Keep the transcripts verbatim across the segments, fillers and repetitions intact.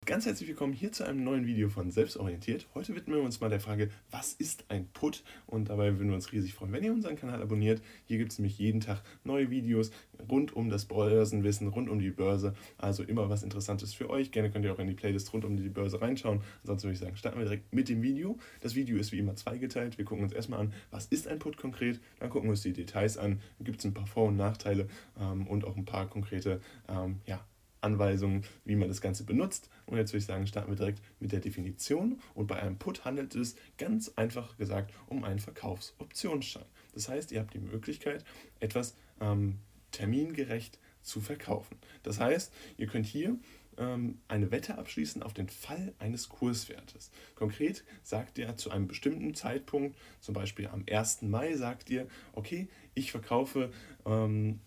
Ganz herzlich willkommen hier zu einem neuen Video von Selbstorientiert. Heute widmen wir uns mal der Frage, was ist ein Put? Und dabei würden wir uns riesig freuen, wenn ihr unseren Kanal abonniert. Hier gibt es nämlich jeden Tag neue Videos rund um das Börsenwissen, rund um die Börse. Also immer was Interessantes für euch. Gerne könnt ihr auch in die Playlist rund um die Börse reinschauen. Ansonsten würde ich sagen, starten wir direkt mit dem Video. Das Video ist wie immer zweigeteilt. Wir gucken uns erstmal an, was ist ein Put konkret. Dann gucken wir uns die Details an. Dann gibt es ein paar Vor- und Nachteile ähm, und auch ein paar konkrete ähm, ja, Anweisungen, wie man das Ganze benutzt. Und jetzt würde ich sagen, starten wir direkt mit der Definition. Und bei einem Put handelt es ganz einfach gesagt um einen Verkaufsoptionsschein. Das heißt, ihr habt die Möglichkeit, etwas ähm, termingerecht zu verkaufen. Das heißt, ihr könnt hier ähm, eine Wette abschließen auf den Fall eines Kurswertes. Konkret sagt ihr zu einem bestimmten Zeitpunkt, zum Beispiel am ersten Mai, sagt ihr, okay, ich verkaufe ähm,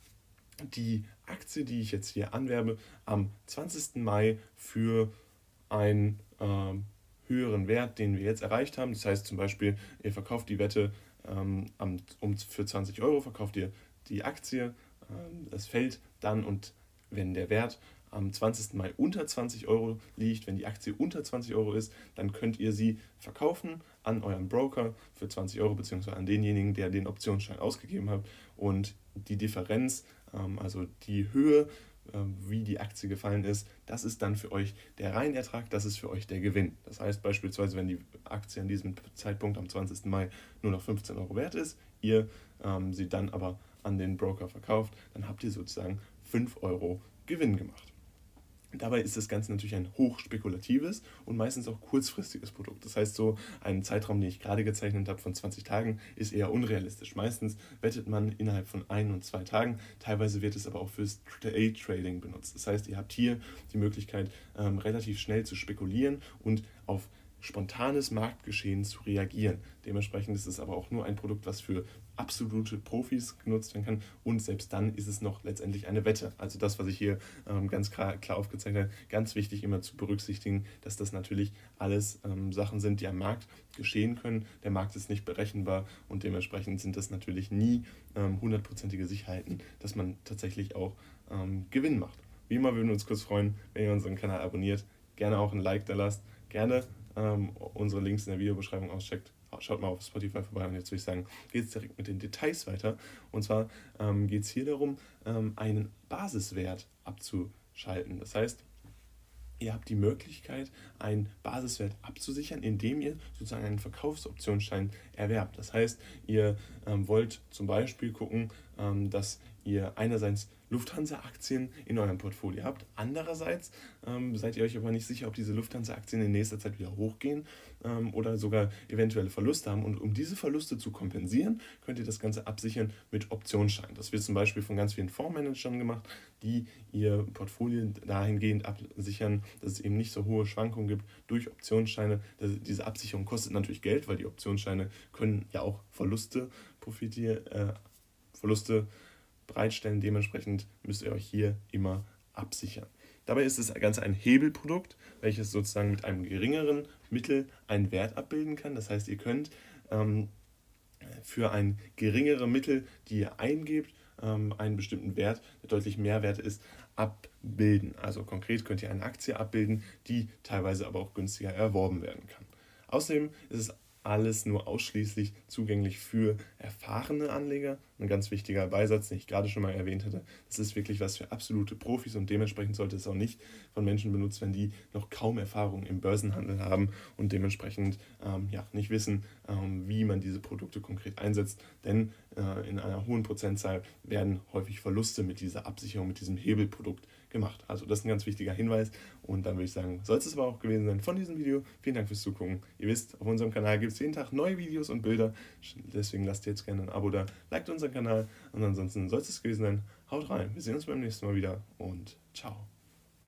die Aktie, die ich jetzt hier anwerbe, am zwanzigsten Mai für einen ähm, höheren Wert, den wir jetzt erreicht haben. Das heißt zum Beispiel, ihr verkauft die Wette ähm, um, für zwanzig Euro, verkauft ihr die Aktie, ähm, das fällt dann und wenn der Wert am zwanzigsten Mai unter zwanzig Euro liegt, wenn die Aktie unter zwanzig Euro ist, dann könnt ihr sie verkaufen an euren Broker für zwanzig Euro beziehungsweise an denjenigen, der den Optionsschein ausgegeben hat und die Differenz, also die Höhe, wie die Aktie gefallen ist, das ist dann für euch der Reinertrag, das ist für euch der Gewinn. Das heißt beispielsweise, wenn die Aktie an diesem Zeitpunkt am zwanzigsten Mai nur noch fünfzehn Euro wert ist, ihr ähm, sie dann aber an den Broker verkauft, dann habt ihr sozusagen fünf Euro Gewinn gemacht. Dabei ist das Ganze natürlich ein hochspekulatives und meistens auch kurzfristiges Produkt. Das heißt, so ein Zeitraum, den ich gerade gezeichnet habe von zwanzig Tagen, ist eher unrealistisch. Meistens wettet man innerhalb von ein und zwei Tagen. Teilweise wird es aber auch fürs Day-Trading benutzt. Das heißt, ihr habt hier die Möglichkeit, ähm, relativ schnell zu spekulieren und auf spontanes Marktgeschehen zu reagieren. Dementsprechend ist es aber auch nur ein Produkt, was für absolute Profis genutzt werden kann und selbst dann ist es noch letztendlich eine Wette. Also das, was ich hier ähm, ganz klar, klar aufgezeichnet habe, ganz wichtig immer zu berücksichtigen, dass das natürlich alles ähm, Sachen sind, die am Markt geschehen können. Der Markt ist nicht berechenbar und dementsprechend sind das natürlich nie ähm, hundertprozentige Sicherheiten, dass man tatsächlich auch ähm, Gewinn macht. Wie immer würden wir uns kurz freuen, wenn ihr unseren Kanal abonniert, gerne auch ein Like da lasst, gerne ähm, unsere Links in der Videobeschreibung auscheckt. Schaut mal auf Spotify vorbei und jetzt würde ich sagen, geht es direkt mit den Details weiter. Und zwar ähm, geht es hier darum, ähm, einen Basiswert abzuschalten. Das heißt, ihr habt die Möglichkeit, einen Basiswert abzusichern, indem ihr sozusagen einen Verkaufsoptionsschein erwerbt. Das heißt, ihr ähm, wollt zum Beispiel gucken, ähm, dass ihr einerseits Lufthansa-Aktien in eurem Portfolio habt. Andererseits ähm, seid ihr euch aber nicht sicher, ob diese Lufthansa-Aktien in nächster Zeit wieder hochgehen ähm, oder sogar eventuelle Verluste haben. Und um diese Verluste zu kompensieren, könnt ihr das Ganze absichern mit Optionsscheinen. Das wird zum Beispiel von ganz vielen Fondsmanagern gemacht, die ihr Portfolio dahingehend absichern, dass es eben nicht so hohe Schwankungen gibt durch Optionsscheine. Das, diese Absicherung kostet natürlich Geld, weil die Optionsscheine können ja auch Verluste profitieren, äh, Verluste bereitstellen. Dementsprechend müsst ihr euch hier immer absichern. Dabei ist das Ganze ein Hebelprodukt, welches sozusagen mit einem geringeren Mittel einen Wert abbilden kann. Das heißt, ihr könnt ähm, für ein geringere Mittel, die ihr eingebt, ähm, einen bestimmten Wert, der deutlich mehr wert ist, abbilden. Also konkret könnt ihr eine Aktie abbilden, die teilweise aber auch günstiger erworben werden kann. Außerdem ist es alles nur ausschließlich zugänglich für erfahrene Anleger. Ein ganz wichtiger Beisatz, den ich gerade schon mal erwähnt hatte. Das ist wirklich was für absolute Profis und dementsprechend sollte es auch nicht von Menschen benutzt werden, die noch kaum Erfahrung im Börsenhandel haben und dementsprechend ähm, ja, nicht wissen, ähm, wie man diese Produkte konkret einsetzt. Denn äh, in einer hohen Prozentzahl werden häufig Verluste mit dieser Absicherung, mit diesem Hebelprodukt gemacht. Also das ist ein ganz wichtiger Hinweis und dann würde ich sagen, soll es aber auch gewesen sein von diesem Video. Vielen Dank fürs Zugucken. Ihr wisst, auf unserem Kanal gibt es jeden Tag neue Videos und Bilder, deswegen lasst ihr jetzt gerne ein Abo da, liked unseren Kanal und ansonsten soll es gewesen sein. Haut rein, wir sehen uns beim nächsten Mal wieder und ciao.